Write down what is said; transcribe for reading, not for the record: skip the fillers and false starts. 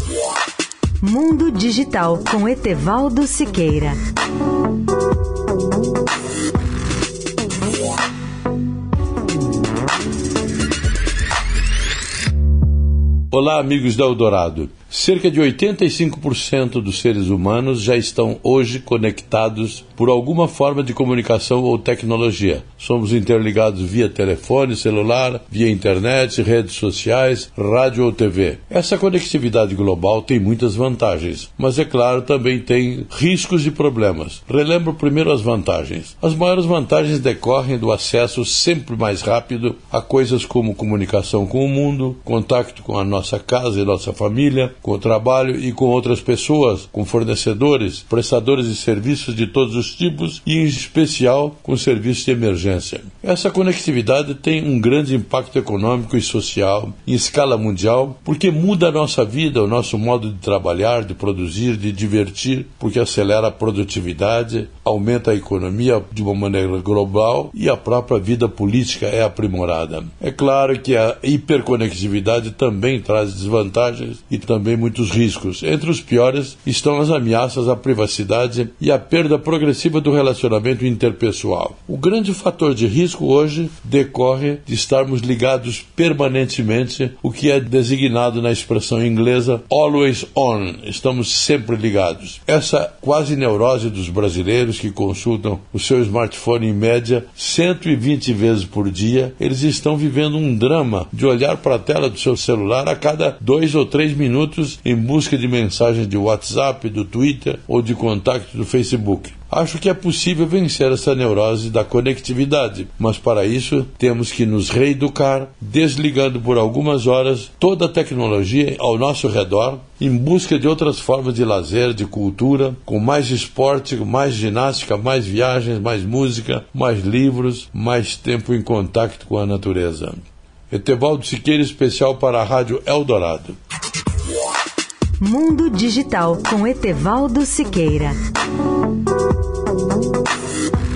Mundo Digital com Etevaldo Siqueira. Olá, amigos da Eldorado. Cerca de 85% dos seres humanos já estão hoje conectados por alguma forma de comunicação ou tecnologia. Somos interligados via telefone, celular, via internet, redes sociais, rádio ou TV. Essa conectividade global tem muitas vantagens, mas é claro, também tem riscos e problemas. Relembro primeiro as vantagens. As maiores vantagens decorrem do acesso sempre mais rápido a coisas como comunicação com o mundo, contato com a nossa casa e nossa família, com o trabalho e com outras pessoas, com fornecedores, prestadores de serviços de todos os tipos e, em especial, com serviços de emergência. Essa conectividade tem um grande impacto econômico e social em escala mundial, porque muda a nossa vida, o nosso modo de trabalhar, de produzir, de divertir, porque acelera a produtividade, aumenta a economia de uma maneira global e a própria vida política é aprimorada. É claro que a hiperconectividade também traz desvantagens e também muitos riscos. Entre os piores estão as ameaças à privacidade e a perda progressiva do relacionamento interpessoal. O grande fator de risco hoje decorre de estarmos ligados permanentemente, o que é designado na expressão inglesa always on. Estamos sempre ligados. Essa quase neurose dos brasileiros que consultam o seu smartphone em média 120 vezes por dia, eles estão vivendo um drama de olhar para a tela do seu celular a cada 2 ou 3 minutos em busca de mensagens de WhatsApp, do Twitter ou de contato do Facebook. Acho que é possível vencer essa neurose da conectividade, mas para isso temos que nos reeducar, desligando por algumas horas toda a tecnologia ao nosso redor, em busca de outras formas de lazer, de cultura, com mais esporte, mais ginástica, mais viagens, mais música, mais livros, mais tempo em contato com a natureza. Etevaldo Siqueira, especial para a Rádio Eldorado. Mundo Digital com Etevaldo Siqueira.